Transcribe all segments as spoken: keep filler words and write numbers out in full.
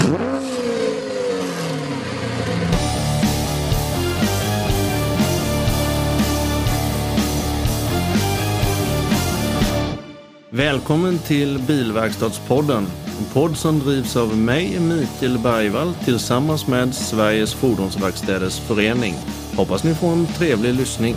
Välkommen till Bilverkstadspodden, en podd som drivs av mig, Mikael Bergvall, tillsammans med Sveriges fordonsverkstäders förening. Hoppas ni får en trevlig lyssning.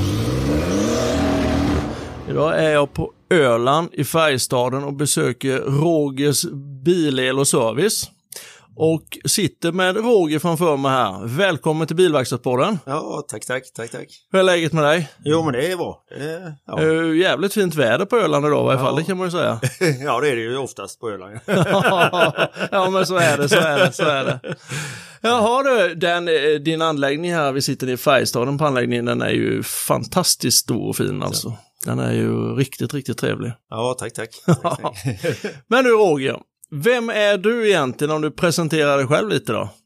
Idag är jag på Öland i Färjestaden och besöker Rogers Bilel och Service. Och sitter med Roger framför mig här. Välkommen till Bilverkstadspodden. Ja, tack, tack, tack, tack. Hur är läget med dig? Jo, men det är bra. Det är, ja. Det är jävligt fint väder på Öland idag i varje fall, ja. Det kan man ju säga. Ja, det är det ju oftast på Öland. Ja, men så är det, så är det, så är det. Jaha du, den, din anläggning här, vi sitter i Färjestaden på anläggningen, den är ju fantastiskt stor och fin alltså. Den är ju riktigt, riktigt trevlig. Ja, tack, tack. tack, tack. Men du Roger, vem är du egentligen om du presenterar dig själv lite då?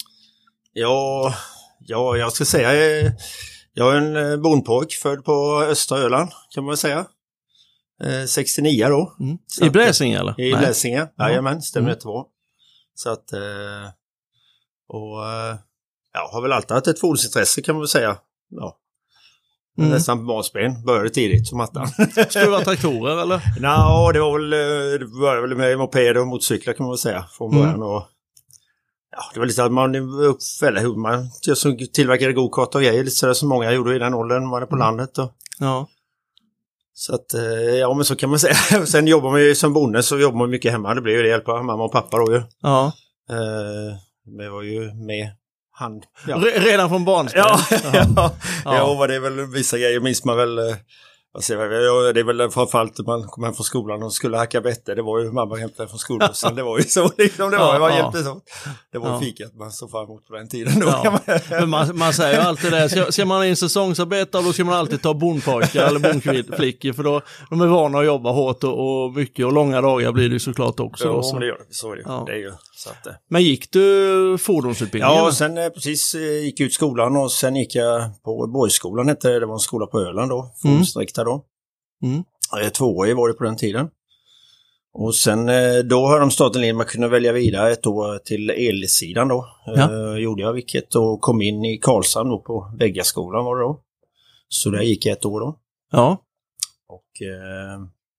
Ja, ja jag ska säga, jag är en bondpojk född på östra Öland kan man väl säga. Eh, sextionio då. Mm. I Bläsinge eller? I Bläsinge, ja. Jajamän, stämmer Mm. det var. Så att, eh, och ja, har väl alltid haft ett fordonsintresse kan man väl säga. Ja. Mm. Nästan barnsben, började tidigt som attan. Stora traktorer eller? Nej, det var väl, det började väl med mopeder och motorcyklar kan man väl säga från början. Mm. Och, ja, det var lite att man uppfällde hur man tillverkade go-kart och grejer, lite sådär som många gjorde i den åldern, man var på landet. Och. Ja. Så att, ja men så kan man säga. Sen jobbar man ju som bonde så jobbar man mycket hemma, det blev ju det hjälp av mamma och pappa då ju. Ja. Eh, det var ju med hand. Ja. Redan från barnsben? Ja, ja. ja. ja. ja var det är väl vissa grejer minns man väl. Vad säger jag, det är väl framförallt när man kom hem från skolan och skulle hacka bete. Det var ju mamma hämtade från skolan. Det var ju så liksom det var. Det var ja, hjälptes åt. Det var ja. Fikat man så fram emot på den tiden. Då. Ja. Men man, man säger ju alltid det. Ska, ska man ha en säsongsarbete då ska man alltid ta bondpojkar eller bondflickor. För då de är vana att jobba hårt och, och mycket och långa dagar blir det ju såklart också. Ja, så. det gör det. Så är det. Ja. Det är ju, så att, men gick du fordonsutbildningen? Ja, sen precis gick ut skolan och sen gick jag på Borgskolan. Hette det. Det var en skola på Öland då. Fordonsriktad då. Mm. Tvåårig var det på den tiden. Och sen då har de startat en linje man kunde välja vidare ett år till elsidan då. Ja. Uh, gjorde jag vilket och kom in i Karlshamn då på Väggaskolan var det då. Så där gick jag ett år då. Ja. Och uh,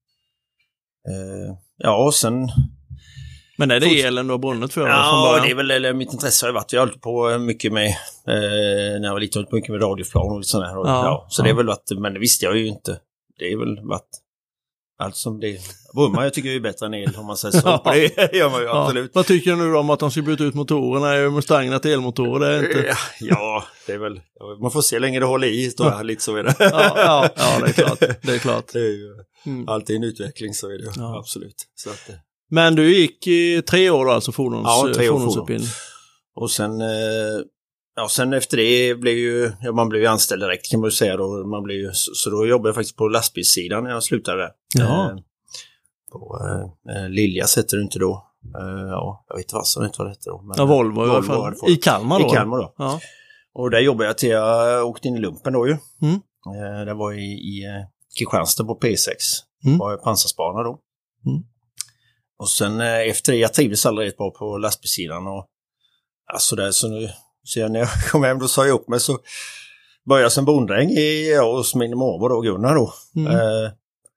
uh, ja och sen... Men är det Forts- elen du har brunnit för? Ja, det är väl eller, mitt intresse har varit. Jag har hållit på mycket med, eh, när jag var liten, mycket med radioplan och lite sådär. Ja, ja, så ja. Det är väl varit, men det visste jag ju inte. Det är väl varit allt som det brummar. Jag tycker det är bättre än el om man säger så. Ja. Det gör man ju absolut. Ja. Vad tycker du nu om att de ska byta ut motorerna? Är ju Mustangerna till elmotorer? Det är inte... Ja, det är väl, man får se länge det håller i. Ja. Lite så är det. Ja, ja, ja, det är klart. Det är klart. Det är ju mm. alltid en utveckling så är det ja. Absolut. Så att, men du gick i tre år då, alltså fordons, ja, tre år fordonsutbildning. Och sen, ja, sen efter det blev ju, ja, man blev ju anställd direkt kan man ju säga då. Man blev ju, så då jobbade jag faktiskt på lastbilssidan när jag slutade där. Ja. Eh, på eh, Liljas heter det inte då. Eh, ja, jag vet inte vad, så inte vad det heter då. Men, ja, Volvo, Volvo i alla fall. I Kalmar då? I Kalmar då. Ja. Och där jobbade jag till jag åkte in i lumpen då ju. Mm. Eh, det var i, i Kristianstad på P sex. Mm. Var jag pansarspana då. Mm. Och sen efter det, jag trivdes aldrig rätt bra på lastbilssidan och alltså där så nu, så jag, när jag kom hem då sa jag upp mig så började jag som bonddräng i, ja, hos min mormor då, Gunnar då. Mm. Eh,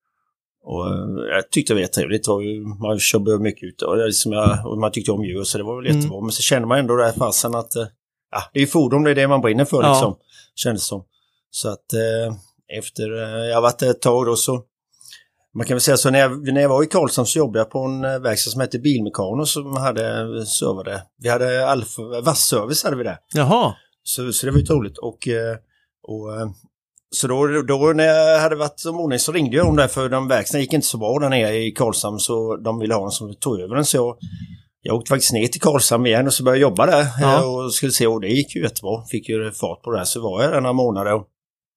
och jag tyckte det var trevligt och man körde mycket ut och, liksom jag, och man tyckte om djur så det var väl jättebra. Mm. Men så kände man ändå där fasen att ja, det är fordon, det är det man brinner för ja. Liksom, kändes som. Så att eh, efter, jag har varit ett tag då så man kan väl säga så när jag, när jag var i Karlshamn så jobbade jag på en verkstad som hette Bilmekano som hade servade. Vi hade Alfa, Vass-service hade vi där. Jaha. Så, så det var ju roligt. Och, och, så då, då när jag hade varit som ordning så ringde jag om där för den verkstaden gick inte så bra där nere i Karlshamn så de ville ha en som tog över den så jag, jag åkte faktiskt ner till Karlshamn igen och så började jag jobba där ja. Och skulle se och det gick ju jättebra. Fick ju fart på det här så var jag där några månader och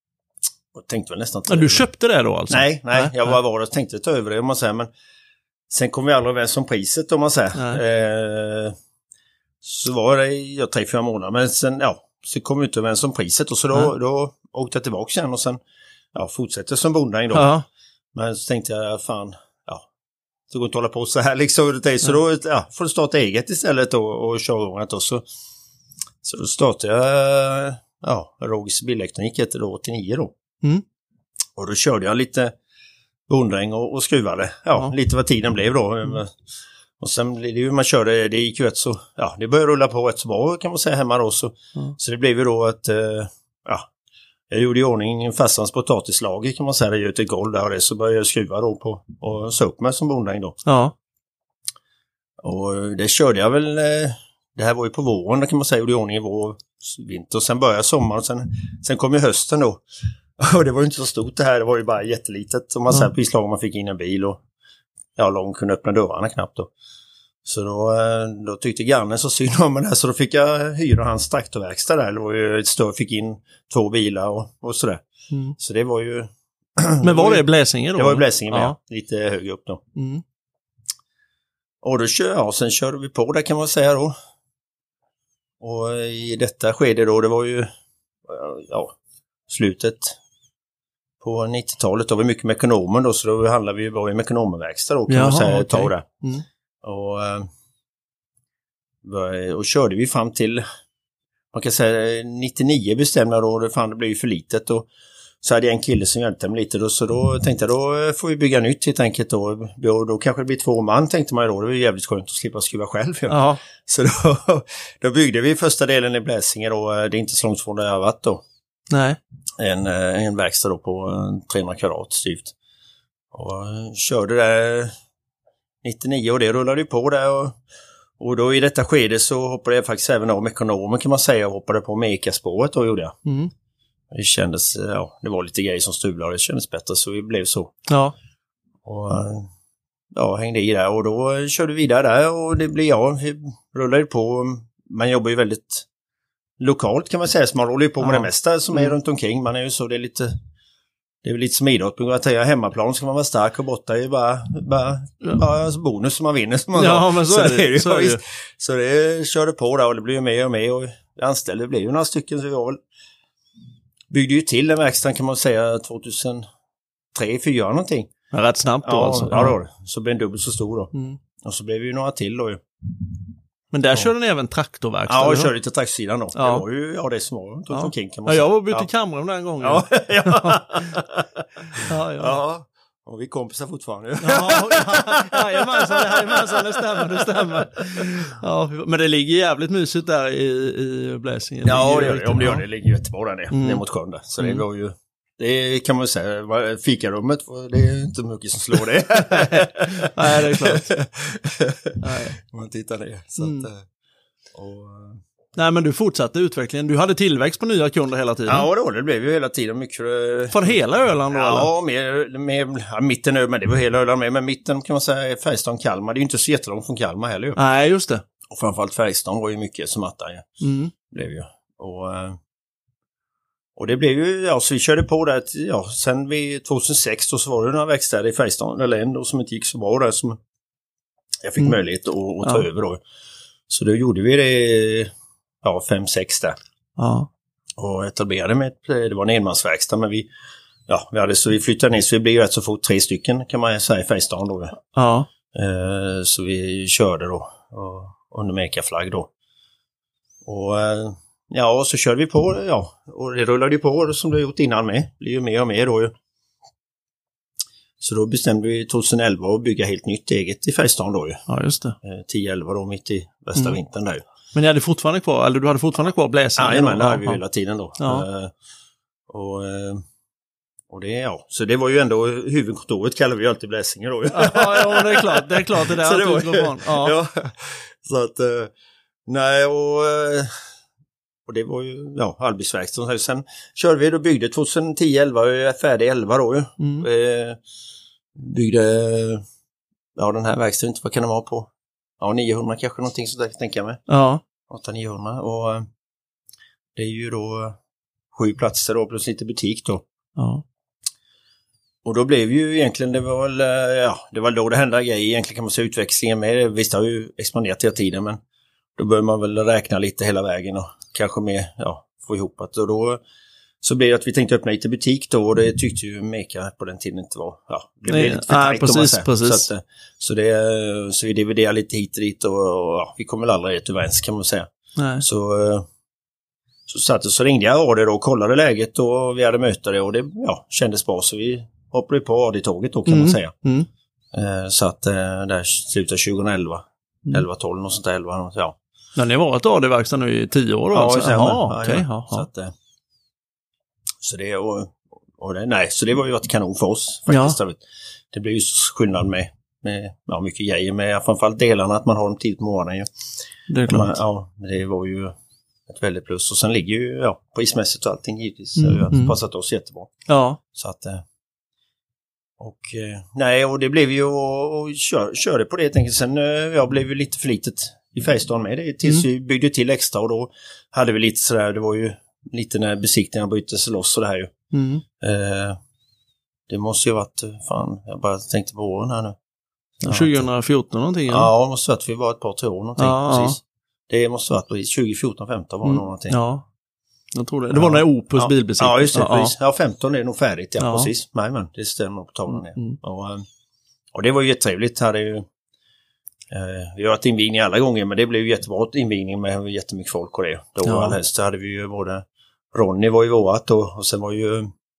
Och tänkte väl nästan ja, du köpte det då alltså? Nej, nej, jag var var och tänkte ta över det om man säger, men sen kom vi aldrig överens om priset om man säger. Eh, så var det jag tre, fyra månader, men sen ja, så kom vi inte överens om priset och så då, ja. då åkte jag tillbaka igen och sen ja, fortsatte som bonde då. Ja. Men så tänkte jag, fan, ja, Så går inte hålla på så här liksom. Så då ja, får du starta eget istället då och köra igång det. Så, så då startade jag ja, Rogs Bilelektronik heter det då åttionio då. Mm. Och då körde jag lite bonddräng och, och skruvade. Ja, ja, lite vad tiden blev då. Mm. Och sen blev det ju, man körde, det gick ju rätt så, ja, det började rulla på rätt så bra kan man säga hemma då. Så, mm. så det blev ju då att, eh, ja, jag gjorde i ordning farstans potatislager kan man säga, det gör ett golv där och det, så började jag skruva då på och så upp mig som bonddräng då. Ja. Och det körde jag väl, eh, det här var ju på våren där kan man säga, gjorde i ordning i vår, vinter och sen började sommaren och sen, sen kom ju hösten då. Och det var ju inte så stort det här, det var ju bara jättelitet som man säger, prislag man fick in en bil och ja, långt kunde öppna dörrarna knappt då. Så då, då tyckte grannen så synd om det här, så då fick jag hyra hans traktorverkstad där. Det var ju ett större, fick in två bilar och, och sådär. Mm. Så det var ju... Men var det i Bläsinge då? Det var i Bläsinge med, ja. Lite högre upp då. Mm. Och då kör jag, och sen körde vi på det kan man säga då. Och i detta skede då, det var ju ja, slutet på nittiotalet, då var vi mycket med ekonomen då, så då handlade vi bara i ekonomenverkstad då kan Jaha, man säga, okay. ta det. Mm. Och, och körde vi fram till, man kan säga nittionio bestämda då, det fan det blev ju för litet och så hade jag en kille som hjälpte mig lite då, så då tänkte jag då får vi bygga nytt helt enkelt då, då, då kanske det blir två man tänkte man ju då, det var jävligt skönt att slippa skruva själv. Ja. Så då, då byggde vi första delen i Bläsinge då, det är inte så långt från där jag har varit då. Nej. En, en verkstad då på trehundra kvadrat styvt. Och körde där nittionio och det rullade ju på där och, och då i detta skede så hoppade jag faktiskt även av ekonomen kan man säga och hoppade på Meka-spåret då gjorde jag. Mm. Det kändes, ja, det var lite grejer som stuvlade och det kändes bättre så det blev så. Ja. Och ja, hängde i där och då körde vi vidare där och det blev ja, rullade på. Man jobbar ju väldigt lokalt kan man säga, så man håller ju på med ja. det mesta som är mm. runt omkring. Man är ju så, det är lite det är väl lite som idrott. På att säga hemmaplan ska man vara stark och borta är ju bara, bara, ja. bara bonus som man vinner. Som man ja, men så, så är det. det, är det så, är det. så det körde på där och det blev ju mer och mer och anställde blev ju några stycken så vi var väl byggde ju till den verkstaden kan man säga tjugohundratre, tjugohundrafyra någonting. Ja, rätt snabbt då ja, alltså. Ja, då. Så blev den dubbelt så stor då. Mm. Och så blev vi ju några till då ju. Men där ja. körde ni även traktorverkstad? Ja, jag körde lite traktorsidan då. Ja. Det var ju ja, det som var runt ja. omkring kan man ja, säga. jag var bytt ja. i kameran den gången. Ja, ja. ja, ja. ja. Och vi kompisar fortfarande. ja, jajamensan, det stämmer, det stämmer. Ja, men det ligger jävligt mysigt där i, i Bläsinge. Ja, det gör det. Om det gör det, ligger ju jättebra där mm. ner mot sjön där. Så mm. det var ju, det kan man säga, fikarummet, det är inte mycket som slår det. Nej, det är klart. Nej. Om man tittar ner. Så mm. att, och, Nej, men du fortsatte utvecklingen. Du hade tillväxt på nya kunder hela tiden. Ja, då, det blev ju hela tiden mycket. För hela Öland då? Ja, med, med ja, mitten Öland, men det var hela Öland med. Men mitten kan man säga Färjestad Kalmar. Det är ju inte så jättelångt från Kalmar heller ju. Nej, just det. Och framförallt Färjestad var ju mycket som attan. Ja. Mm. Blev ju. Och, och det blev ju, ja, så vi körde på där. Ja, sen vid tjugohundrasex då så var det några verkstäder i Färjestad, eller en då som inte gick så bra där som jag fick mm. möjlighet att, att ta ja. över då. Så då gjorde vi det. Ja, fem, sex där. Ja. Och etablerade med, det var en enmansverkstad, men vi, ja, vi hade så vi flyttade ner så vi blev ju rätt så fort tre stycken kan man säga i Färjestad då. Ja. Eh, så vi körde då och, under Meka-flagg då. Och eh, ja, och så körde vi på, ja, och det rullade ju på som det gjort innan med. Det blir ju mer och mer då ju. Så då bestämde vi tjugoelva att bygga helt nytt eget i Färjestad då ju. Ja, just det. Eh, tio elva då mitt i västra mm. vintern där ju. Men ni hade fortfarande kvar, eller du hade fortfarande kvar Bläsinge? Ja, men det hade vi hela tiden då. Ja. Uh, och, uh, och det, ja. Så det var ju ändå huvudkontoret kallar vi ju alltid Bläsinge då. ja, ja, det är klart. Det är klart det där. Så det var ju, ja. ja. Så att, uh, nej och, uh, och det var ju, ja, Albisverkstaden. Sen körde vi och byggde tjugohundratio elva och är färdig elva då ju. Mm. Uh, byggde, ja den här verkstaden, inte vad kan det vara på? Ja, niohundra kanske någonting så där tänker jag mig. Ja. åtta niohundra och äh, det är ju då sju platser då plus lite butik då. Ja. Och då blev ju egentligen, det var väl, ja, det var då det hände grejer egentligen kan man säga utvecklingen med. Visst har ju expanderat hela tiden men då bör man väl räkna lite hela vägen och kanske mer, ja, få ihop att och då så blev det att vi tänkte öppna lite butik då och det tyckte ju Meka på den tiden inte var. Ja, det blev Nej, lite för nej, tajt, precis, om man precis. Så, att, så, det, så vi dividerade lite hit och dit och, och ja, vi kom väl aldrig rätt överens kan man säga. Nej. Så, så, satt, så ringde jag A D då och kollade läget och vi hade möte och det ja, kändes bra så vi hoppade på A D-tåget då kan mm. man säga. Mm. Eh, så att eh, där slutet tjugoelva, mm. elva tolv och sånt där, elva, ja. Men ni har varit A D-verkstan nu i tio år då? Ja, alltså? Jaha, ja, okej. Okay, ja, så ja. att, eh, så det och, och det, nej, så det var ju ett kanon för oss faktiskt. Ja. Det blir ju skillnad med, med ja, mycket grejer med framförallt delarna att man har dem tidigt på morgonen ju. Det är klart. Man, ja, det var ju ett väldigt plus och sen ligger ju ja, prismässigt och allting givetvis mm, det har mm. passat oss jättebra. Ja. Så att eh, och nej, och det blev ju och, och kör, körde på det helt enkelt. Sen jag blev ju lite för litet i Färjestaden med det tills mm. vi byggde till extra och då hade vi lite sådär, det var ju lite när besiktningen byttes loss och det här ju. Mm. Eh, det måste ju varit, fan, jag bara tänkte på åren här nu. Ja, tjugohundrafjorton någonting? Ja, ja det måste varit, vi var ett par, tre år någonting, ja, precis. Ja. Det måste varit tjugohundrafjorton femton var det mm. någonting. Ja, jag tror det. Det var när Opus ja. bilbesiktning. Ja, just det, ja, precis. Ja, femton är nog färdigt, ja, ja. precis. Nej, men det stämmer nog på tavlan ner. Mm. Och, och det var ju jättetrevligt. Hade ju, eh, vi har haft invigning alla gånger, men det blev ju jättebra invigning med jättemycket folk och det. Då ja. Allhelst hade vi ju både Ronny var ju vårat och, och sen var ju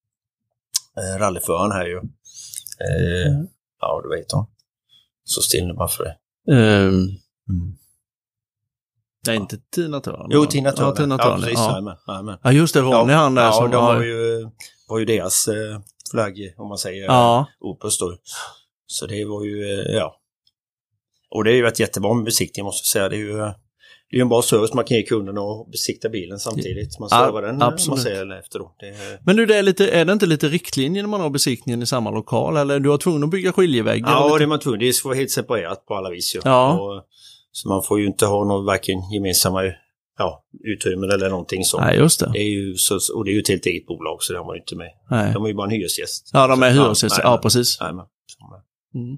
eh, rallyföraren här ju. Eh, mm. Ja, du vet hon. Så still nu bara för det. Um. Mm. Nej, inte Tina Törn. Jo, Tina Törn. Ja, Tina Törn. Ja, precis. Ja. Amen, amen. Ja, just det. Ronny ja, han där ja, som de var... var ju, var ju deras eh, flagg, om man säger, ja. Opus då. Så det var ju, eh, ja. Och det är ju ett jättebra med besiktning, måste jag säga. Det är ju, det är ju en bra service man kan ge kunden och besikta bilen samtidigt. Man servar ja, den, absolut. Man säger efter då. Det är... Men du, det är, lite, är det inte lite riktlinjer när man har besiktningen i samma lokal? Eller du har tvungen att bygga skiljeväggar? Ja, lite... det är man tvungen. Det ska vara helt separerat på alla vis. Ja. Ja. Och, så man får ju inte ha någon varken gemensamma ja, utrymmen eller någonting sånt. Nej, just det. Det är ju så, och det är ju ett helt eget bolag så det har man ju inte med. Nej. De är ju bara en hyresgäst. Ja, de är hyresgäst. Ja, ja, nej, precis. Nej, men, mm.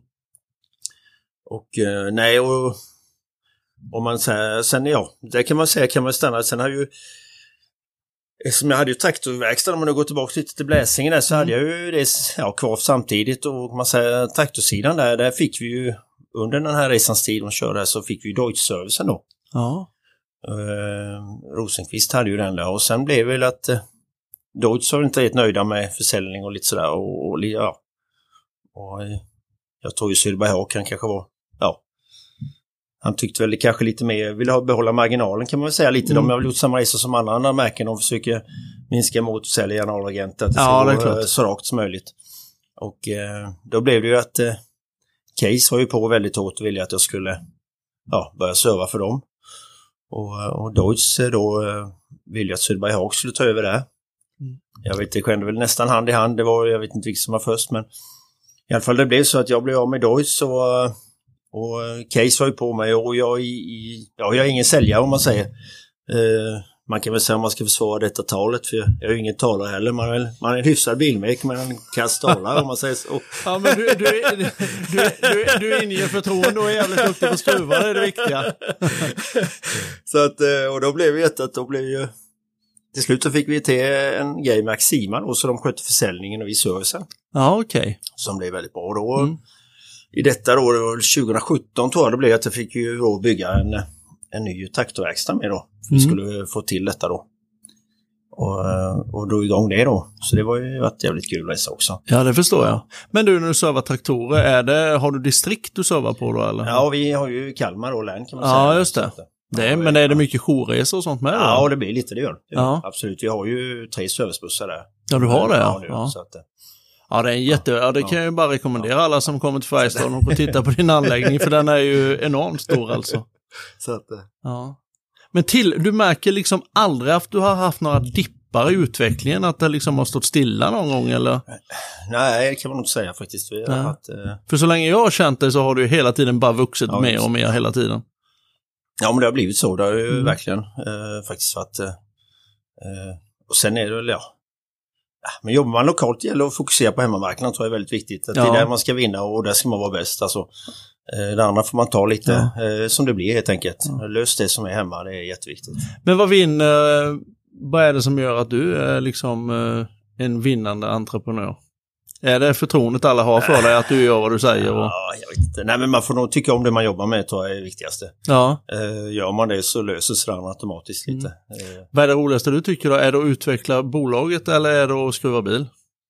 Och eh, nej, och om man säger, sen ja, det kan man säga kan man stanna. Sen har ju, som jag hade ju traktorverkstad, om man nu går tillbaka lite till Bläsingen där, så mm. hade jag ju det ja, kvar samtidigt. Och man säger traktorsidan där, där fick vi ju under den här resans tid de körde så fick vi Deutsch-servicen då. Ja. Eh, Rosenqvist hade ju den där och sen blev det väl att eh, Deutsch var inte helt nöjda med försäljning och lite sådär och, och ja. Och eh, jag tror ju Söderberg Håkan kanske var, ja. Han tyckte väl det kanske lite mer, ville ha behålla marginalen kan man väl säga lite. Mm. De har väl gjort samma resa som alla andra märken. De försöker minska motorsäljare och generalagenter. Att det ska ja, gå så rakt som möjligt. Och eh, då blev det ju att eh, Case var ju på väldigt hårt och ville att jag skulle ja, börja serva för dem. Och, och Deutsch då eh, ville att Söderberg Haag skulle ta över det. Mm. Jag vet, det skedde väl nästan hand i hand. Det var, jag vet inte vilket som var först, men i alla fall det blev så att jag blev av med Deutsch och Och Case var ju på mig och jag, i, i, ja, jag är ingen säljare om man säger. Eh, man kan väl säga om man ska försvara detta talet, för jag, jag är ju ingen talare heller. Man är, man är en hyfsad bilmek, men man kan tala om man säger så. Ja, men du, du, du, du, du, du inger förtroende och är jävligt duktig på skruvar, det är det viktiga. Så att, och då blev det att då blev ju... Till slut så fick vi till en grej med Axima då, så de skötte försäljningen och vi servicen. Ja, okej. Okay. Som blev väldigt bra då. Mm. I detta då, det var tjugosjutton tror jag det blev att jag fick ju då bygga en, en ny traktorverkstad med då. Vi mm. skulle få till detta då. Och, och då igång det då. Så det var ju ett jävligt kul resa också. Ja, det förstår jag. Men du, när du servar traktorer, är det, har du distrikt du servar på då eller? Ja, vi har ju Kalmar och län kan man ja, säga. Ja, just det. det är, men är det mycket jourresor och sånt med då? Ja, det blir lite det gör det. Ja. Absolut, vi har ju tre servicebussar där. Ja, du har det ja. Nu, ja. Så att, ja, det är en jätte... Ja, det kan jag ju bara rekommendera alla som kommer till Färjestaden och får titta på din anläggning, för den är ju enormt stor alltså. Så att, ja. Men till, du märker liksom aldrig att du har haft några dippar i utvecklingen, att det liksom har stått stilla någon gång, eller? Nej, det kan man nog säga faktiskt. Vi har haft, eh... För så länge jag har känt dig så har du hela tiden bara vuxit ja, mer och mer hela tiden. Ja, men det har blivit så. Det har ju mm. verkligen eh, faktiskt varit... Eh, och sen är det väl, ja... Men jobbar man lokalt gäller att fokusera på hemmamarknaden, tror jag är väldigt viktigt. Att ja. Det är där man ska vinna och där ska man vara bäst. Alltså, eh, det andra får man ta lite ja. eh, som det blir helt enkelt. Ja. Lös det som är hemma, det är jätteviktigt. Men vad vinner, vad är det som gör att du är liksom uh, en vinnande entreprenör? Är det förtroendet alla har för dig att du gör vad du säger? Och... Ja, jag vet inte. Nej, men man får nog tycka om det man jobbar med, tror jag är det viktigaste. Ja. Uh, gör man det så löser sig det automatiskt lite. Mm. Uh. Vad är det roligaste du tycker då? Är det att utveckla bolaget eller är det att skruva bil?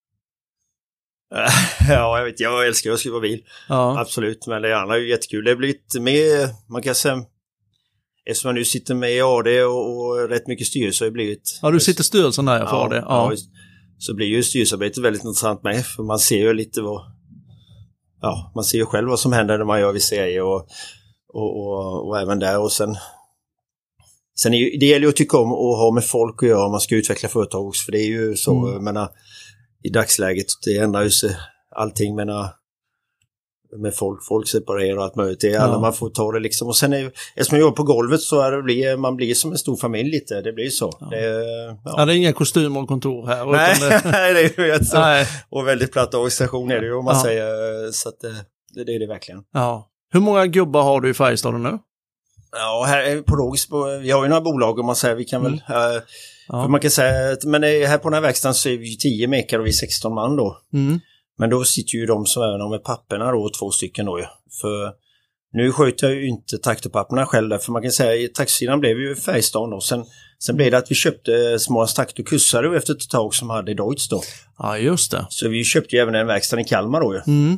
Ja, jag vet, jag älskar att skruva bil. Ja. Absolut, men det andra är ju jättekul. Det blir lite mer, man kan säga, eftersom jag nu sitter med i A D och, och rätt mycket styrelse har blivit... Ja, du sitter i styrelsen där, jag får ja, det. Ja. Ja, så blir ju styrelsearbetet väldigt intressant med, för man ser ju lite vad... Ja, man ser ju själv vad som händer när man gör vissa grejer och, och, och, och även där. Och sen, sen är ju, det gäller ju att tycka om att ha med folk att göra om man ska utveckla företag också, för det är ju så, mm. jag menar, i dagsläget, det ändrar ju sig allting, menar, med folk, folk separerar och allt möjligt. Det är alla, ja. Man får ta det liksom. Och sen är, eftersom jag jobbar på golvet så är det blir, man blir som en stor familj lite, det blir så. Ja, det, ja. Ja, det är inga kostymer och kontor här. Nej, det... nej, det är ju rätt så. Nej. Och väldigt platt organisation är det ju, om man ja. säger, så att det, det är det verkligen. Ja. Hur många gubbar har du i Färjestaden nu? Ja, här är på Rogis, vi har ju några bolag om man säger, vi kan väl, mm. äh, ja. För man kan säga, men här på den här verkstaden så är vi tio mekar och vi är sexton man då. Mm. Men då sitter ju de som är med papperna då, två stycken då ju. För nu sköter jag ju inte traktorpapperna själv där, för man kan säga, traktorsidan blev ju Färjestaden då. Sen, sen blev det att vi köpte små traktorkussare efter ett tag som hade Deutz då. Ja, just det. Så vi köpte ju även en verkstad i Kalmar då ju. Mm.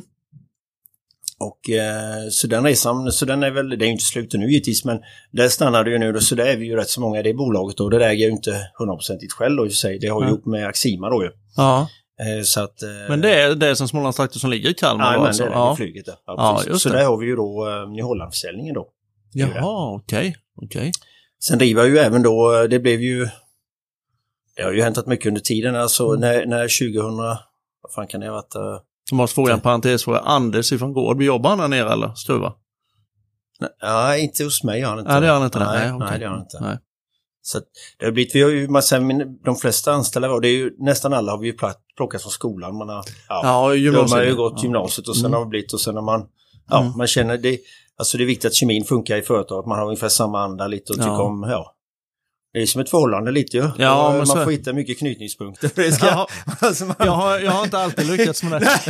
Och eh, så den resan, så den är väl, det är ju inte slut nu givetvis, men där stannade ju nu då, så där är vi ju rätt så många i det bolaget då. Det där är ju inte hundraprocentigt själv då i sig, det har ju ja. ihop med Axima då ju. Ja. Eh, så att, eh, men det är det som Smålands Traktor som ligger i Kalmar? Ja, då, men alltså. det är ja. flyget där. Ja, ja, just så det. där har vi ju då eh, New Holland-försäljningen då. Jaha, okej. Okay. Okay. Sen driver jag ju även då, det blev ju, det har ju hänt mycket under tiden, alltså mm. när, när tjugohundra, vad fan kan det ha varit? Uh, Så måste fråga en parentesfråga. Anders ifrån Gårdby, jobbar han där nere eller skruva? Nej, ja, inte hos mig gör han inte. Nej, det gör han inte. Nej, nej, okay. nej det gör han inte. Nej. Så det har blivit, vi har ju, man säger, de flesta anställda var, det är ju, nästan alla har vi ju plockat från skolan. Man har, ja, ja gymnasiet. Man har ju gått ja. gymnasiet och sen mm. har det blivit, och sen när man, ja, mm. man känner det, alltså det är viktigt att kemin funkar i företaget, man har ungefär samma anda lite och tycker ja. om, ja. Det är som ett förhållande lite ju. Ja, man så... får hitta mycket knytningspunkter. Det ska... ja, alltså man... jag, har, jag har inte alltid lyckats med det.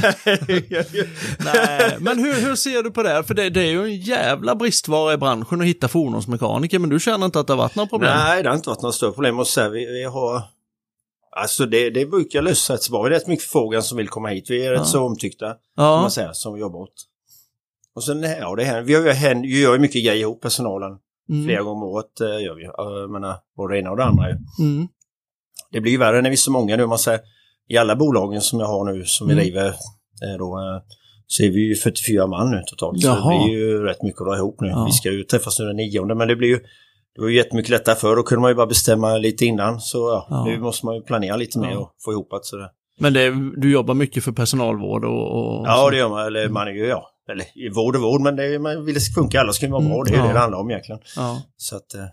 Nej, men hur, hur ser du på det? För det, det är ju en jävla bristvara i branschen att hitta fordonsmekaniker, men du känner inte att det har varit några problem? Nej, det har inte varit några större problem. Och så här, vi, vi har... Alltså det, det brukar lösa rätt så bra. Det är rätt mycket frågan som vill komma hit. Vi är ja. rätt så omtyckta, ja. kan man säga, som vi jobbar åt. Och sen, ja, det här, vi, har ju, vi gör ju mycket grejer ihop, personalen. Mm. Flera gånger om året äh, gör vi. Jag menar, både det ena och det andra. Mm. Det blir ju värre när vi är så många nu. Man säger, i alla bolagen som jag har nu, som mm. vi driver, äh, då, äh, så är vi ju fyrtiofyra man nu totalt. Jaha. Så det blir ju rätt mycket att dra ihop nu. Ja. Vi ska ju träffas nu den nionde, men det blir ju, det var ju jättemycket lättare för. Då kunde man ju bara bestämma lite innan. Så ja, ja. nu måste man ju planera lite mer ja. och få ihop att sådär. Men det, du jobbar mycket för personalvård och... och ja, så. Det gör man. Eller man är ju, ja. Eller vård och vård, men det, man vill funka, alla ska ju vara bra, det är ju mm, ja. det det handlar om egentligen. Ja. Så att, eh.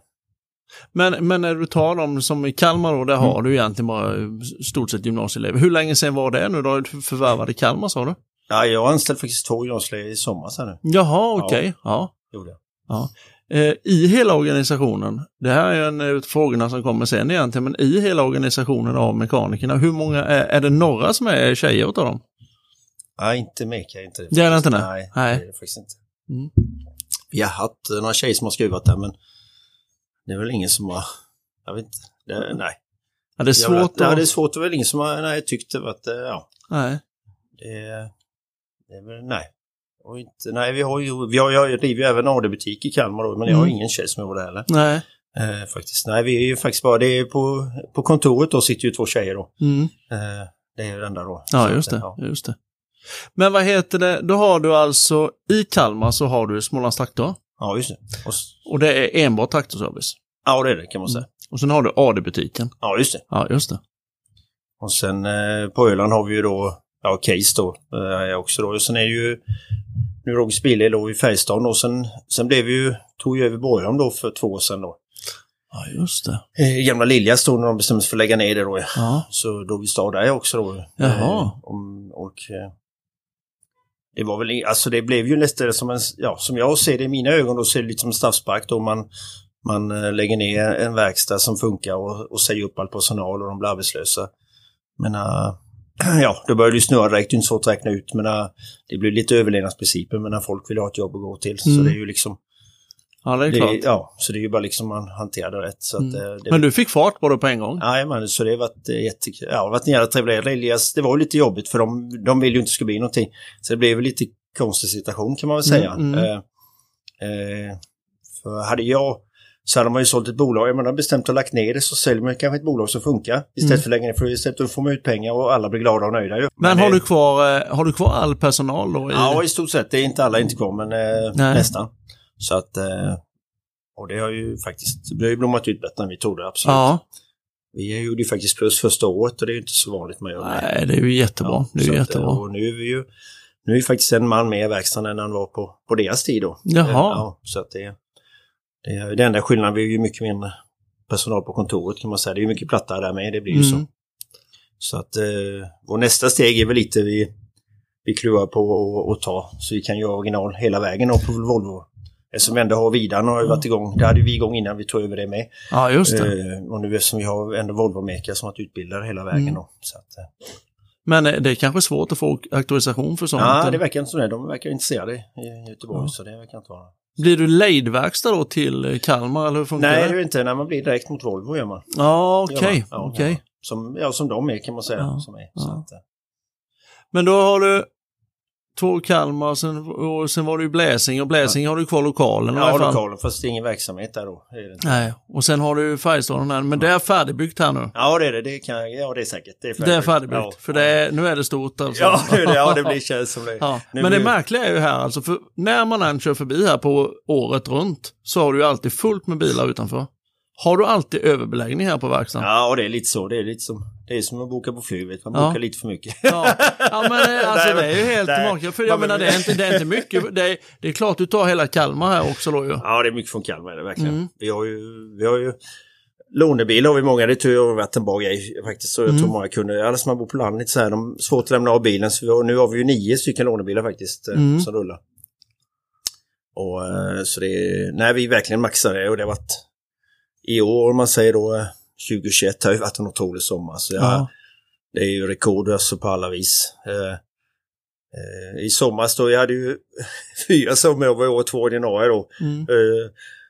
men, men när du tar dem som i Kalmar då, där mm. har du egentligen bara stort sett gymnasieelever. Hur länge sedan var det nu då du förvärvade i Kalmar, sa du? Ja, jag har anställt faktiskt två gymnasieelever i sommar sedan nu. Jaha, okej. Okay. Ja. Gjorde jag. Ja. Eh, I hela organisationen, det här är en av frågorna som kommer sen egentligen, men i hela organisationen av mekanikerna, hur många är, är det några som är tjejer utav dem? Nej, inte mycket. Inte det. Det är det inte? Nej, nej, det är det faktiskt inte. Mm. Vi har haft några tjejer som har skruvat där, men det är väl ingen som har, jag vet inte, det, nej. Ja, det är svårt vet, att... Ja, det är svårt, det är väl ingen som har, nej, tyckte att, ja. Nej. Det, det är väl, nej. Och inte, nej, vi har ju, vi har, jag driver ju även A D-butik i Kalmar då, men mm. jag har ingen tjej som gör det heller. Nej. Eh, faktiskt, nej, vi är ju faktiskt bara, det är på, på kontoret då sitter ju två tjejer då. Mm. Eh, det är ju det enda då. Ja, just det, ja. just det. Men vad heter det, då har du alltså i Kalmar så har du Smålands Traktor. Ja, just det. Och, och det är enbart traktorservice. Ja, det är det kan man säga. Mm. Och sen har du A D-butiken. Ja, just det. Ja, just det. Och sen eh, på Öland har vi ju då, ja, Case då, eh, också då. Och sen är ju, nu Rogis Bil då i Färjestaden och sen, sen blev vi ju, tog ju över Borgholm då för två år sedan då. Ja, just det. Eh, gamla Lilja stod när de bestämde sig för att lägga ner det då. Ja. Så då vi stod där också då. Jaha. Eh, om, och... Eh, det var väl, alltså det blev ju nästan som en, ja, som jag ser det i mina ögon då ser det lite som en straffspark då man, man eh, lägger ner en verkstad som funkar och, och säger upp all personal och de blir arbetslösa. Men uh, ja, då börjar det ju snurra direkt, det är inte svårt att räkna ut, men uh, det blir lite överlevnadsprinciper, men när folk vill ha ett jobb att gå till, mm. så det är ju liksom ja, det är det, klart. Ja, så det är ju bara liksom man hanterar det rätt. Så att, mm. det, men du fick fart på det på en gång? Nej, men så det har varit jättekul. Ja, det har varit en jävla trevlig Elias. Det var ju lite jobbigt för de, de vill ju inte ska bli någonting. Så det blev lite konstig situation kan man väl säga. Mm, mm. Eh, eh, för hade jag, så hade man ju sålt ett bolag. Man har bestämt att lagt ner det, så säljer man kanske ett bolag som funkar. Istället mm. för längre, för istället att få man ut pengar och alla blir glada och nöjda. Men, men har, det, du kvar, har du kvar all personal då? I... Ja, i stort sett. Det är inte alla inte kvar, men eh, nästan. Så att... Eh, och det har ju faktiskt, det har ju blommat ut bättre än vi trodde, absolut. Ja. Vi gjorde ju faktiskt plus första året och det är ju inte så vanligt man gör det. Nej, det är ju jättebra. Ja, det är ju jättebra. Och nu är vi ju, nu är vi faktiskt en man med i verkstaden än han var på, på deras tid då. Jaha. Ja, så att det, det är den enda skillnaden, vi är ju mycket mindre personal på kontoret kan man säga. Det är ju mycket plattare där med, det blir ju mm. så. Så att eh, vår nästa steg är väl lite vi, vi klurar på att ta, så vi kan göra original hela vägen upp på Volvo. Som ändå har Vidan och har varit igång. Det hade vi igång innan vi tog över det med. Ja, just det. Eh, och nu eftersom vi har ändå Volvo-mäkare som har varit utbildade hela vägen. Mm. Så att, eh. Men det är kanske svårt att få auktorisation för sånt? Ja, det verkar inte så. De verkar intresserade i Göteborg, ja. Så det verkar inte vara. Blir du lejdverkstad då till Kalmar, eller hur funkar Nej, det? Nej, det är inte. När man blir direkt mot Volvo gör man. Ja, okej. Okay. Ja, okay. ja. Som, ja, som de är kan man säga. Ja. Som är. Ja. Så att, eh. Men då har du två Kalmar och sen, och sen var det ju Bläsing och Bläsing ja. Har du kvar lokalen. Ja, lokalen, fast det är ingen verksamhet där då. Är det inte. Nej, och sen har du Färjestaden här, men ja. Det är färdigbyggt här nu. Ja, det är det. Det, kan, ja, det är säkert. Det är färdigbyggt. Det är färdigbyggt, ja. för det är, nu är det stort alltså. Ja, det, ja det blir känns som det. Ja. Men det märkliga är ju här alltså, för när man än kör förbi här på året runt så har du ju alltid fullt med bilar utanför. Har du alltid överbeläggning här på verkstaden? Ja, och det är lite så. Det är lite som, det är som att boka på flyg, vet man. Man ja. bokar lite för mycket. Ja, ja men alltså det är ju helt makalöst. För jag menar, det är inte, det är inte mycket. Det är, det är klart du tar hela Kalmar här också då ju. Ja, det är mycket från Kalmar, är det verkligen. Mm. Vi har ju, vi har ju lånebilar har vi många. Det tror jag har varit en bra grej faktiskt. Så jag mm. tror många kunder, alla som har bott på landet så här, de är svårt att lämna av bilen. Så vi har, nu har vi ju nio stycken lånebilar faktiskt mm. som rullar. Och så det är, när vi verkligen maxar det, och det har varit i år, om man säger då tjugohundratjugoett, har ju varit en otrolig sommar. Så jag, ja. Det är ju rekord alltså på alla vis. Eh, eh, I sommar då, jag hade ju fyra sommarjobb i år, två ordinarie då. Mm. Eh,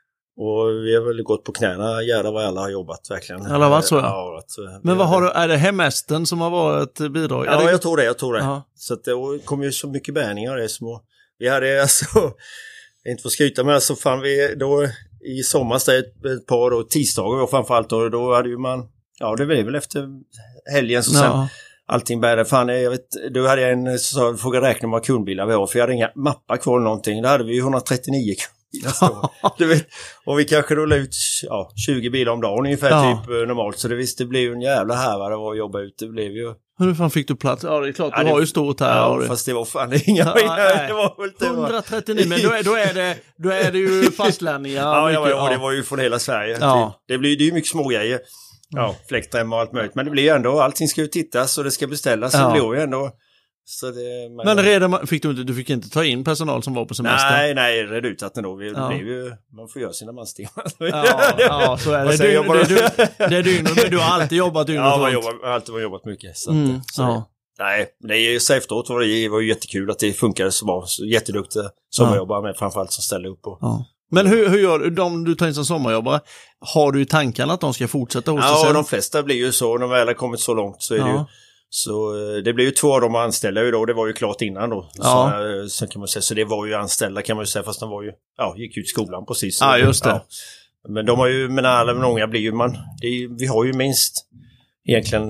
och vi har väl gått på knäna, jävlar vad alla har jobbat verkligen. Alla har varit så, ja. ja varit, men vad har du, är det hemestern som har varit ett bidrag? Ja, det... jag tror det, jag tror det. Aha. Så att det kom ju så mycket bärningar, det är små. Vi hade alltså, inte för att skryta med, så fan vi då i sommar ett, ett par då, tisdagar och framförallt då, då hade ju man, ja det blev väl efter helgen så sen ja. Allting började, fan jag vet, då hade jag en, så sa jag, får jag räkna med kundbilar vi har, för jag hade inga mappar kvar eller någonting, då hade vi ju etthundratrettionio kundbilar du vet, och vi kanske rullade ut ja, tjugo bilar om dagen ungefär ja. Typ normalt, så det visst det blev ju en jävla härva det var att jobba ut, det blev ju. Hur fan fick du plats? Ja, det är klart, du ja, det, har ju stort här. Ja, det. Fast det var fan inga ja, det var väl det etthundratrettionio, men då är, då, är det, då är det ju fastlänningar. ja, ja, ja, det var ju från hela Sverige. Ja. Det, det blir ju mycket små grejer. Ja, fläktrem och allt möjligt. Men det blir ju ändå, allting ska ju tittas och det ska beställas. Ja. Så det blir ju ändå... Så det, men men redan fick du inte, du fick inte ta in personal som var på semester? Nej, nej, red ut att då. Vi, ja. Det blev ju, man får göra sina manstimmar. Ja, ja, så är det. Du, jobbar... det, du, det är dygnet, men du har alltid jobbat dygnet. Ja, jag har alltid jobbat mycket. Så, mm, så ja. Nej, det är ju så efteråt var det, var ju jättekul att det funkade så bra. Så jätteduktiga sommarjobbare med, framförallt som ställer upp på. Ja. Men hur, hur gör du, de du tar in som sommarjobbare, har du i tankarna att de ska fortsätta hos dig? Ja, de flesta blir ju så, när de väl har kommit så långt så är ja. Det ju, så det blir ju två av de anställda ju då, det var ju klart innan då. Ja. Så, så kan man säga, så det var ju anställda kan man ju säga, fast de var ju, ja, gick ut skolan precis. Ja, just det. Ja. Men de har ju, men alla många blir ju man, det är, vi har ju minst egentligen,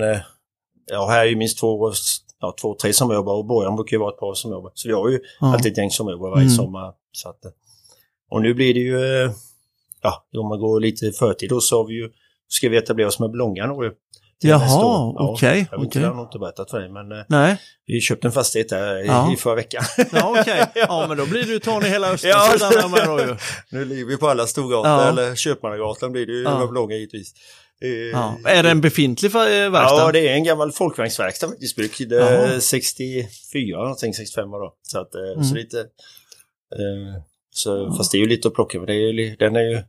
ja här är ju minst två ja, två, tre som jobbar och Bojan brukar ju vara ett par som jobbar. Så vi har ju ja. Alltid ett gäng som jobbar varje mm. sommar. Så att, och nu blir det ju, ja, om man går lite förtid då så har vi ju, ska vi etablera oss med Blångan då. Jaha, okej. Okay, jag vet okay. inte, jag har nog inte berättat för dig, men nej. Vi köpte en fastighet där ja. i, i förra veckan. Ja, okej. Okay. Ja, men då blir det ju Tony hela Östersidan ja, med då ju. Nu ligger vi på alla Storgatan, ja. Eller Köpmannagatan blir det ju ja. Med Blångan givetvis. Ja. Är det en befintlig verkstad? Ja, det är en gammal folkvagnsverkstad faktiskt. Det sextiofyra, någonting, sextiofem år då. Så att, mm. så lite... Eh, så, fast det är ju lite att plocka, men det är ju, den är ju...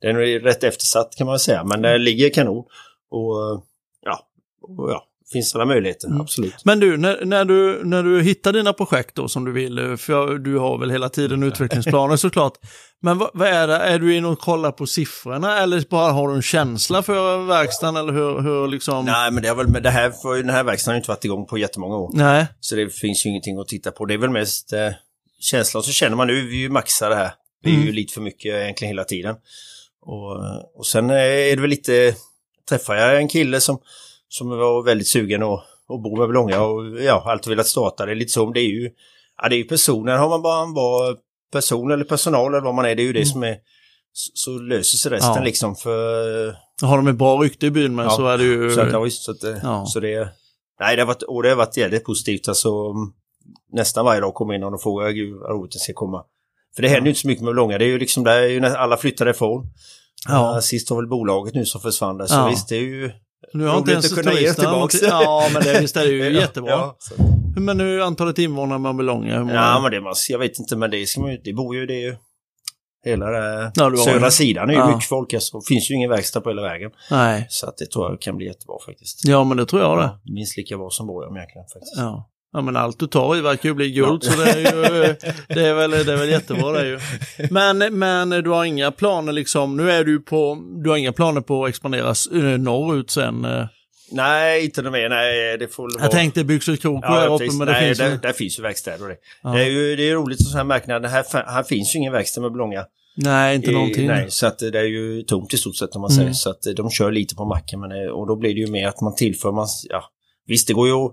den är rätt eftersatt kan man säga, men det ligger kanon. Och ja, och ja, finns alla möjligheter, mm. absolut. Men du, när, när du, när du hittar dina projekt då som du vill, för du har väl hela tiden utvecklingsplaner såklart, men vad, vad är det, är du inne och kollar på siffrorna eller bara har du en känsla för verkstaden eller hur, hur liksom? Nej, men det är väl med det här, för den här verkstaden har inte varit igång på jättemånga år. Nej. Så det finns ju ingenting att titta på, det är väl mest eh, känslan, så känner man nu, vi är ju maxar det här, vi är mm. ju lite för mycket egentligen hela tiden. Och, och sen är det väl lite, träffar jag en kille som som var väldigt sugen att, att bo med Blånga och ja, alltid velat starta det lite så. Det är ju, ja, det är ju personer, har man bara en bra person eller personal eller vad man är, det är ju det mm. som är, så, så löser sig resten ja. liksom för... Har de ett bra rykte i byn men ja, så är det ju... Så, att, ja, så, att, ja. så det, nej, det har varit, och det har varit jävligt positivt, alltså nästan varje dag kommer in och de frågar gud vad roligt det ska komma. För det händer ju inte så mycket med Blånga, det är ju liksom där, är ju alla flyttade ifrån. Ja. Sist var väl bolaget nu som försvann där, så ja. visst det är ju... Nu har inte ens turisterna. Ja, men det, visst är det ju ja, jättebra. Ja, men nu antalet invånare man belångar. Många... Ja, men det måste, jag vet inte, men det ska man ju, det bor ju det är ju hela det ja, södra sidan är ju ja. mycket folk, alltså. Det finns ju ingen verkstad på hela vägen. Nej. Så att det tror jag kan bli jättebra faktiskt. Ja, men det tror jag det. Ja, minst lika bra som Borgholm egentligen faktiskt. Ja. Ja, men allt du tar i verkar ju bli guld, ja. så det är ju det är väl, det är väl jättebra det är ju. Men, men du har inga planer liksom, nu är du på, du har inga planer på att expandera norrut sen? Nej, inte mer, nej, det får vara... Jag tänkte byggs ut krok ja, här uppe, men det nej, finns där, ju... där finns ju verkstäder och det. Ja. Det är ju det är roligt att så här märka, det här, här finns ju ingen verkstad med Blånga. Nej, inte I, någonting. Nej, så att det är ju tomt i stort sett om man mm. säger, så att de kör lite på macken, men, och då blir det ju mer att man tillför, man, ja, visst det går ju att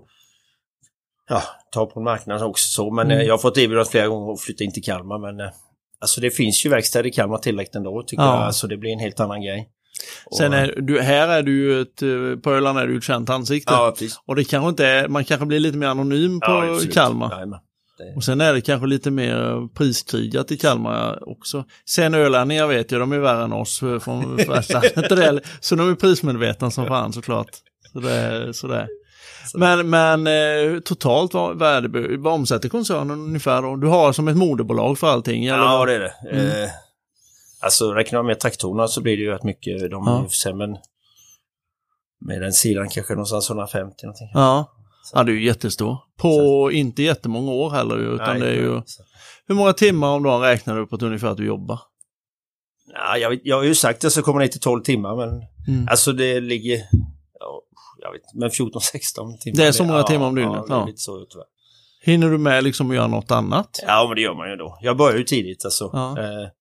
ja, ta på marknaden också så, men mm. jag har fått erbjudat flera gånger att flytta in till Kalmar, men alltså det finns ju verkstäder i Kalmar tillräckligt ändå tycker ja. jag, alltså det blir en helt annan grej. Och, sen är du, här är du ju ett, på Öland är du ett känt ansikte. Ja, precis. Och det kanske inte är, man kanske blir lite mer anonym på ja, Kalmar. Ja, det... Och sen är det kanske lite mer priskrigat i Kalmar också. Sen Öland, jag vet ju, de är värre än oss från första. Så de är prismedvetna som fan såklart. Så det är sådär. Så. Men, men eh, totalt vad, vad, är det, vad omsätter koncernen ungefär då? Du har som ett moderbolag för allting? Eller? Ja, det är det. Mm. Eh, alltså räknar man med traktorerna så blir det ju rätt mycket. De ja. är men med den sidan kanske någonstans hundrafemtio någonting. Ja, ja det är ju jättestor. På så. Inte jättemånga år heller utan nej, det är ju... Så. Hur många timmar om dagen räknar du på att ungefär att du jobbar? Ja, jag, jag har ju sagt att jag ska komma ner till tolv timmar men mm. alltså det ligger... Jag vet, men fjorton sexton timmar. Det är så många ja, timmar om dygnet. Ja, det är lite så tyvärr. Hinner du med liksom att göra något annat? Ja, men det gör man ju då. Jag börjar ju tidigt alltså. Ja. Eh, eh,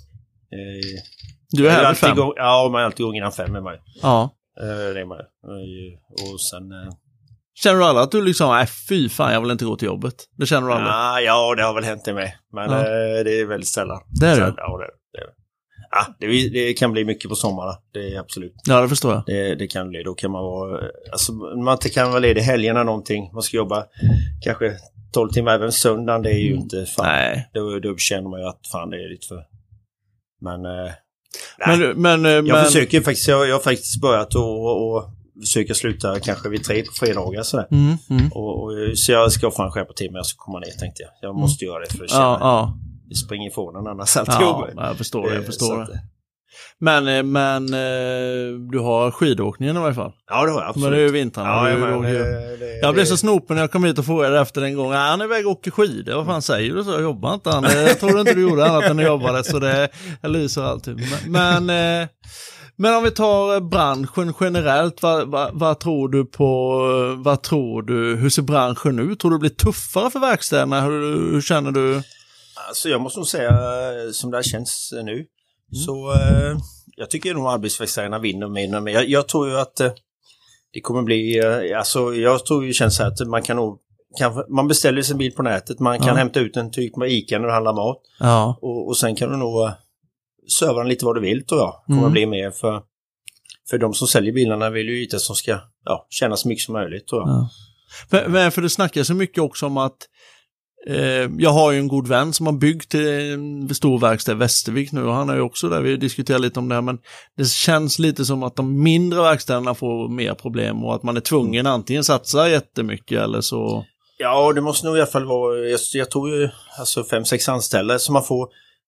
du är här vid fem? Gång, ja, man är alltid gång innan fem med mig. Ja. Eh, det är man. Eh, och sen... Eh, känner du aldrig att du liksom, nej fy fan, jag vill inte gå till jobbet? Det känner du aldrig? Ja, ja det har väl hänt det med. Men ja. eh, det är väldigt sällan. Det är det? Så, ja, det är det. Ja, det, det kan bli mycket på sommaren, det är absolut. Ja, det förstår jag. Det, det kan bli, då kan man vara, alltså man inte kan vara ledig helgerna någonting, man ska jobba kanske tolv timmar även söndagen, det är ju mm. inte fan. Nej. Då, då känner man ju att fan det är lite för, men eh, men, men, jag men... försöker faktiskt, jag, jag har faktiskt börjat och, och försöka sluta kanske vid tre på fredagar sådär. Mm, mm. Och, och, så jag ska fan skärpa till mig, jag ska komma ner tänkte jag. Jag måste mm. göra det för att känna. Ja, ja. Vi springer ifrån den annars allt ja, jag förstår det, jag förstår det. Men, men du har skidåkningen i varje fall. Ja, det har jag absolut. Men det är ju vintrarna. Ja, du, men, du, det, det, jag blev så snopen när jag kom hit och frågade efter en gång. Han är väg och åker skidor. Vad fan säger du så? Jag jobbar inte. Han, jag tror inte du gjorde annat än att jobbade. Så det jag lyser alltid. Men, men, men om vi tar branschen generellt. Vad, vad, vad tror du på? Vad tror du? Hur ser branschen ut? Tror du det blir tuffare för verkstäderna? Hur, hur känner du? Alltså jag måste nog säga som det här känns nu. Mm. Så eh, jag tycker nog arbetsverkstäderna vinner med. Men jag, jag tror ju att eh, det kommer bli, eh, alltså jag tror ju det känns så här att man kan nog, kan, man beställer sin bil på nätet, man kan ja. hämta ut en typ med Ica när du handlar mat. Ja. Och, och sen kan du nog uh, serva den lite vad du vill tror jag. Kommer mm. bli mer för, för de som säljer bilarna vill ju inte som ska ja, tjäna så mycket som möjligt tror jag. Ja. För, för, för det snackar så mycket också om att jag har ju en god vän som har byggt en stor verkstad i Västervik nu och han är ju också där, vi diskuterar lite om det här men det känns lite som att de mindre verkstäderna får mer problem och att man är tvungen antingen satsa jättemycket eller så. Ja, det måste nog i alla fall vara, jag, jag tror ju alltså fem, sex anställda så man får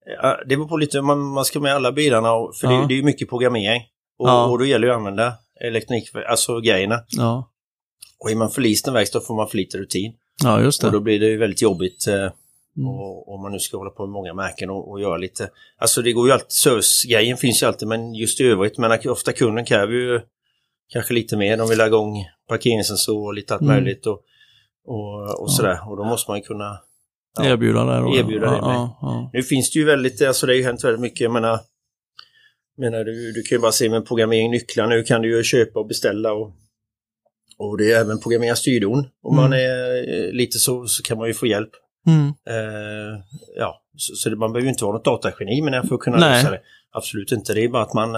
Ja, det beror på lite, man, man ska med alla bilarna, och, för ja. det, det är ju mycket programmering. Och, ja. och då gäller det att använda elektronik, alltså grejerna. Ja. Och är man för liten verkstad får man för lite rutin. Ja, just det. Och då blir det ju väldigt jobbigt eh, mm. och, om man nu ska hålla på med många märken och, och göra lite. Alltså det går ju alltid, servicegrejen finns ju alltid, men just i övrigt, men ofta kunden kräver ju kanske lite mer. De vill ha igång parkeringssensor och lite allt mm. möjligt och, och, och ja. sådär. Och då måste man ju kunna ja, erbjuda det. Då. Erbjuda ja, det med. Ja, ja. Nu finns det ju väldigt, alltså det har ju hänt väldigt mycket. Jag menar, menar du, du kan ju bara se med programmering nycklar. Nu kan du ju köpa och beställa och, och det är även programmera styrdon. Om mm. man är lite så, så kan man ju få hjälp. Mm. Eh, ja, så, så det, man behöver ju inte vara något datageni, men för att kunna lösa det. Absolut inte. Det är bara att man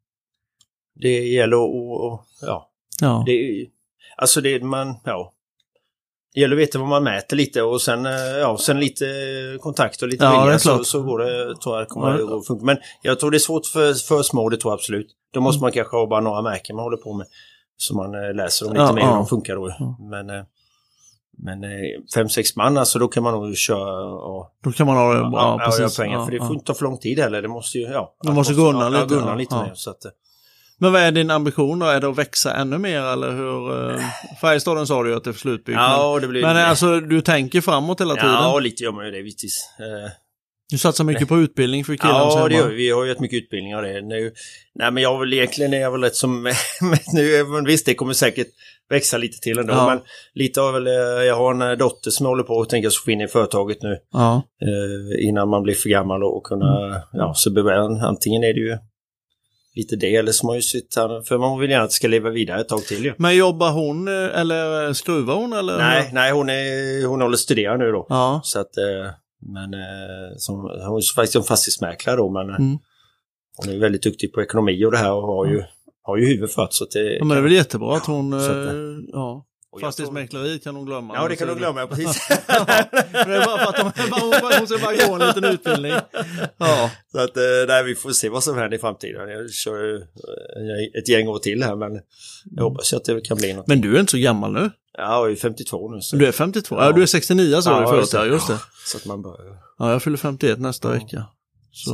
det gäller att, och, ja. ja. Det, alltså det man, ja. Det gäller att veta vad man mäter lite och sen, ja, sen lite kontakt och lite ja, vilja så, så går det, tror jag, kommer ja. det att funka. Men jag tror det är svårt för, för små, det tror jag absolut. Då måste mm. man kanske ha bara några märken man håller på med så man läser dem lite ja, mer hur ja. de funkar då. Ja. Men, men fem, sex man, alltså då kan man nog köra och... Då kan man ha det bra, ja, precis. Ja, pengar, ja, för det får ja. inte ta för lång tid heller. Det måste ju, ja. Det måste gå undan lite. Ja, gå undan lite ja. mer, så att... Men vad är din ambition då? Är det att växa ännu mer eller hur? Färjestaden sa du ju att det är slutbyggt. Ja, det blir... Men alltså du tänker framåt hela tiden? Ja, lite gör man ju det, vittis. Du satsar mycket på utbildning för killarna? Ja, det gör vi. Vi har ju ett mycket utbildning av det. Nu, nej, men jag vill egentligen, är jag väl rätt som... men nu, men visst, det kommer säkert växa lite till ändå. Ja. Men lite av väl... Jag har en dotter som håller på och tänker få in i företaget nu. Ja. Eh, innan man blir för gammal och kunna... Mm. Ja, så behöver antingen är det ju... lite det, eller som har ju sitt här, för man vill gärna att det ska leva vidare ett tag till ju. Men jobbar hon eller skruvar hon eller? Nej, nej hon är hon håller studera nu då. Ja. Så att men som hon är faktiskt en fastighetsmäklare då, men mm. hon är väldigt duktig på ekonomi och det här och har ju har ju huvud för så att det. Ja, men det är väl jättebra att hon att, ja. Fastighetsmäkleri kan hon glömma. Ja, det kan hon glömma, precis. Ja, det är bara för att hon, hon ska bara gå en liten utbildning. Ja. Så att, nej, vi får se vad som händer i framtiden. Jag kör ett gäng år till här, men jag hoppas att det kan bli något. Men du är inte så gammal nu? Ja, jag är femtiotvå nu. Så. Du är femtiotvå? Ja, ja du är sextionio så ja, du förut. Ja, just det. Så att man börjar... Ja, jag fyller femtioett nästa ja. vecka. Så...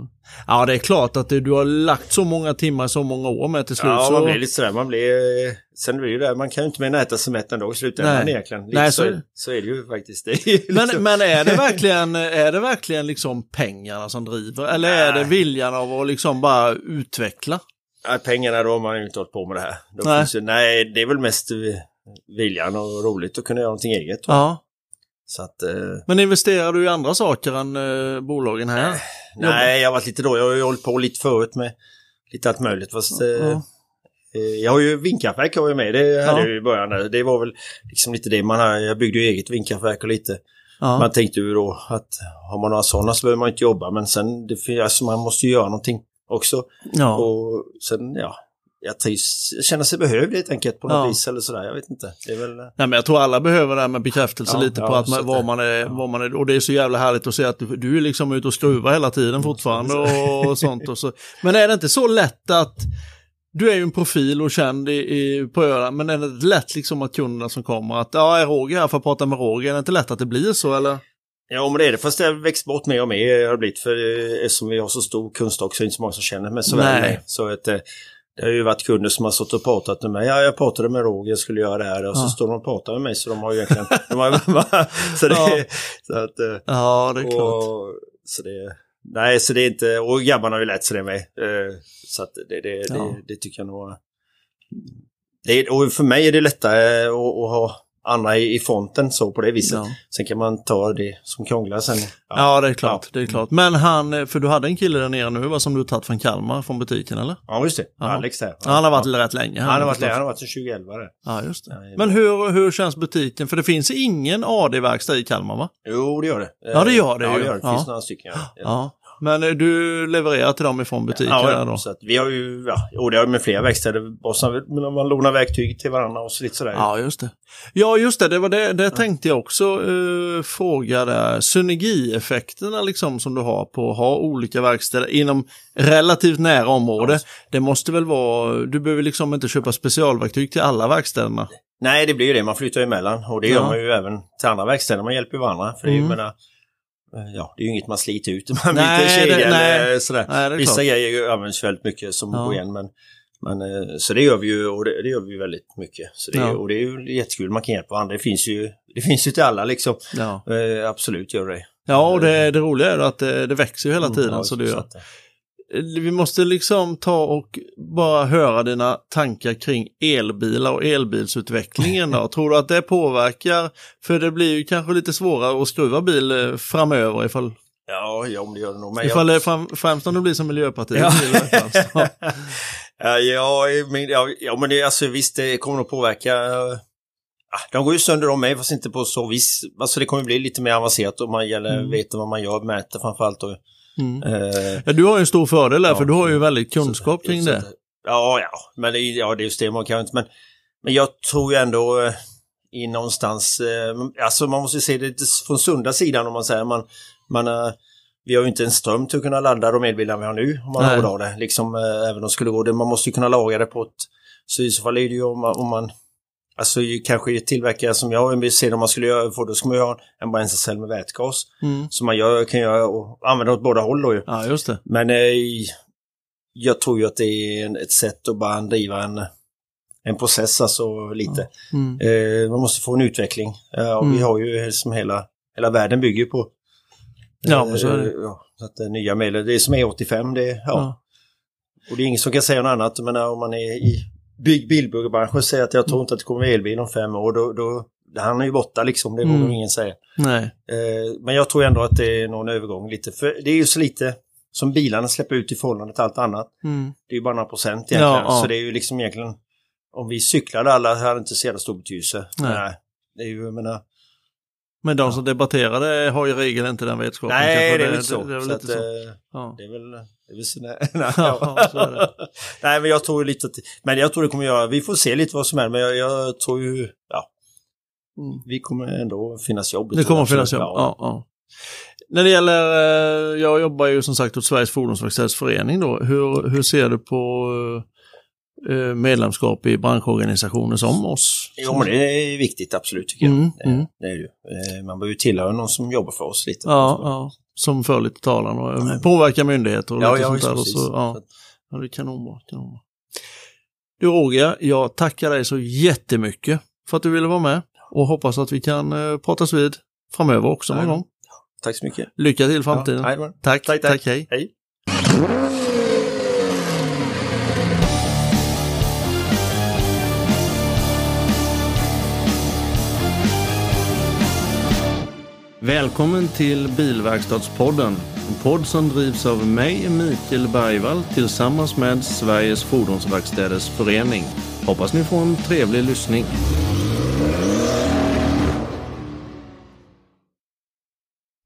Ja, det är klart att du har lagt så många timmar så många år med till slut. Ja, så... man blir lite sådär, man blir... Sen blir det där, man kan ju inte mer äta som ett ändå i slutändan egentligen. Lite Nej, så... Så, så är det ju faktiskt. Det är ju liksom... men, men är det verkligen är det verkligen liksom pengarna som driver? Eller Nej. är det viljan av att liksom bara utveckla? Ja, pengarna då har man ju inte hållit på med det här. Då Nej. Finns ju... Nej, det är väl mest viljan och roligt att kunna göra någonting eget. Ja. Så att, eh... Men investerar du i andra saker än eh, bolagen här? Nej, Nej, jag har varit lite då. Jag har ju hållit på lite förut med lite allt möjligt. Fast, eh, ja. eh, jag har ju vindkraftverk har jag med. Det hade ja. jag ju i början. Det var väl liksom lite det man har. Jag byggde ju eget vindkraftverk och lite. Ja. Man tänkte ju då att har man några sådana så behöver man inte jobba. Men sen, det, alltså, man måste ju göra någonting också. Ja. Och sen, ja. Jag, trivs, jag känner sig behövd helt enkelt på något ja. vis eller sådär, jag vet inte. Det är väl... Nej, men jag tror alla behöver det här med bekräftelse ja, lite ja, på att man, vad, man är, ja. vad man är. Och det är så jävla härligt att se att du, du är liksom ute och skruvar hela tiden mm, fortfarande och, och sånt. Och så. Men är det inte så lätt att du är ju en profil och känd i, i, på Öland, men är det lätt liksom att kunderna som kommer att ja, är Roger här för att prata med Roger? Är det inte lätt att det blir så eller? Ja, men det är det. Fast det har växt bort mer och mer har det blivit för eftersom vi har så stor kunskap så är det inte så många som känner mig så väl med. Så att det har ju varit kunder som har stått och pratat med mig. Ja, jag pratade med Roger, jag skulle göra det här. Och ja. så står de och pratar med mig. Så de har ju egentligen... de har, så det, ja. så att, ja, det är och, klart. Så det, nej, så det är inte... Och grabbarna har ju lätt sig det med. Så att det, det, ja. det, det tycker jag nog... Det, och för mig är det lättare att, att ha andra i, i fronten så på det viset. Ja. Sen kan man ta det som krånglar sen. Ja, ja det är klart, ja. det är klart. Men han, för du hade en kille där nere nu va, som du tagit från Kalmar från butiken eller? Ja, just det. Ja. Alex där. Ja, han har varit ja. rätt länge. Han, han har varit där, han har varit sedan tjugoelva där. Ja, just det. Ja, men hur, hur känns butiken? För det finns ingen A D-verkstad i Kalmar va? Jo, det gör det. Ja, det gör det. Ja, ju. det gör det. Det ja. finns några stycken. Ja. ja. Men du levererar till dem ifrån butiken ja, ja, då? Så att vi har ju, ja, och det har med flera verkstäder, man lånar verktyg till varandra och så lite sådär. Ja, just det. Ja, just det, det var det, det ja. tänkte jag också uh, fråga där. Synergieffekterna liksom som du har på att ha olika verkstäder inom relativt nära område. Ja. Det måste väl vara, du behöver liksom inte köpa specialverktyg till alla verkstäderna. Nej, det blir ju det, man flyttar emellan och det ja. gör man ju även till andra verkstäder, man hjälper ju varandra. För det är ju, mm. menar, ja, det är ju inget man sliter ut. Man nej, byter kedja det, eller nej. sådär. Nej, det är vissa klart. grejer används väldigt mycket som Ja. går igen, men, men så det gör vi ju, och det, det gör vi ju väldigt mycket. Så det, Ja. och det är ju jättekul, man kan hjälpa varandra. Det finns ju, det finns ju till alla liksom. Ja, Eh, absolut gör det. ja och det, det roliga är att det, det växer ju hela tiden. Mm, ja, så det så gör. att, Vi måste liksom ta och bara höra dina tankar kring elbilar och elbilsutvecklingen då. Tror du att det påverkar? För det blir ju kanske lite svårare att skruva bil eh, framöver ifall, ja, ja, om det gör det nog. Men ifall jag... det fram, främst om det blir som Miljöpartiet. Ja. vill i alla fall. Så. ja, ja, men, ja, ja, men det, alltså, visst, det kommer att påverka. Ja, de går ju sönder de med, fast inte på så vis. Alltså det kommer bli lite mer avancerat om man gäller, Mm. vet vad man gör, mäter framförallt. Och, Mm. eh, Ja, du har ju en stor fördel där, Ja. för du har ju väldigt kunskap så- kring så det. att- Ja, ja, men det, ja, det är just det man kan inte. Men, men jag tror ju ändå eh, i någonstans, eh, alltså man måste se det lite från sunda sidan om man säger, man, man eh, vi har ju inte en ström till att kunna ladda de elbilar vi har nu om man Nej. har det. Liksom, eh, även om de skulle gå det, man måste ju kunna laga det på ett, så i så fall är det ju om man, om man alltså ju kanske tillverkare som jag ser om man skulle göra, för då ska man göra en bränslecell med vätgas. Mm. Som man gör, kan göra och använda åt båda håll då ju. Ja, just det. Men eh, jag tror ju att det är en, ett sätt att bara driva en, en process alltså lite. Mm. Eh, man måste få en utveckling. Eh, och Mm. vi har ju som hela, hela världen bygger på. Ja, men så är det. Eh, ja, så att det nya medel, det är som E åttiofem, det ja. Ja. Och det är ingen som kan säga något annat. Men om man är i bygg bilbranschen och säger att jag tror inte att det kommer elbil om fem år, då, då han är ju borta liksom, det borde Mm. ingen säga. Nej. Eh, men jag tror ändå att det är någon övergång lite, för det är ju så lite som bilarna släpper ut i förhållande till allt annat. Mm. Det är ju bara några procent egentligen, Ja, ja. så det är ju liksom egentligen, om vi cyklade alla hade det inte så jävla stor betydelse. Nej. Nej. Det är ju, jag menar, Men de som debatterar det har ju i regel inte den vetskapen. nej kanske. det är väl så. Det, det är väl så, lite att, så. eh, Ja. det är väl, det är väl så, nej, nej, Ja, så är det. nej, men jag tror lite att, men jag tror det kommer göra, vi får se lite vad som är, men jag, jag tror ju, ja, Mm. vi kommer ändå finnas jobb. Det kommer att finnas jobb. Ja, ja. När det gäller, eh, jag jobbar ju som sagt åt Sveriges Fordonsverkstadsförening då. Hur, hur ser du på eh, medlemskap i branschorganisationer som oss? Jo, men det är viktigt, absolut, tycker jag. Mm, det, mm. det är ju. Eh, Man behöver ju tillhöra någon som jobbar för oss lite. Ja, ja, som för lite talan och Nej. påverkar myndigheter och ja, lite ja, sånt där. Och precis. så, ja. Så att- Ja, det är kanonbra, kanonbra. Du Roger, jag tackar dig så jättemycket för att du ville vara med och hoppas att vi kan eh, pratas vid framöver också någon Ja. gång. Tack så mycket. Lycka till i framtiden. Ja, jajamän. tack, tack, tack, tack. hej. Hej. Välkommen till Bilverkstadspodden, en podd som drivs av mig, Mikael Bergvall, tillsammans med Sveriges Fordonsverkstäders förening. Hoppas ni får en trevlig lyssning.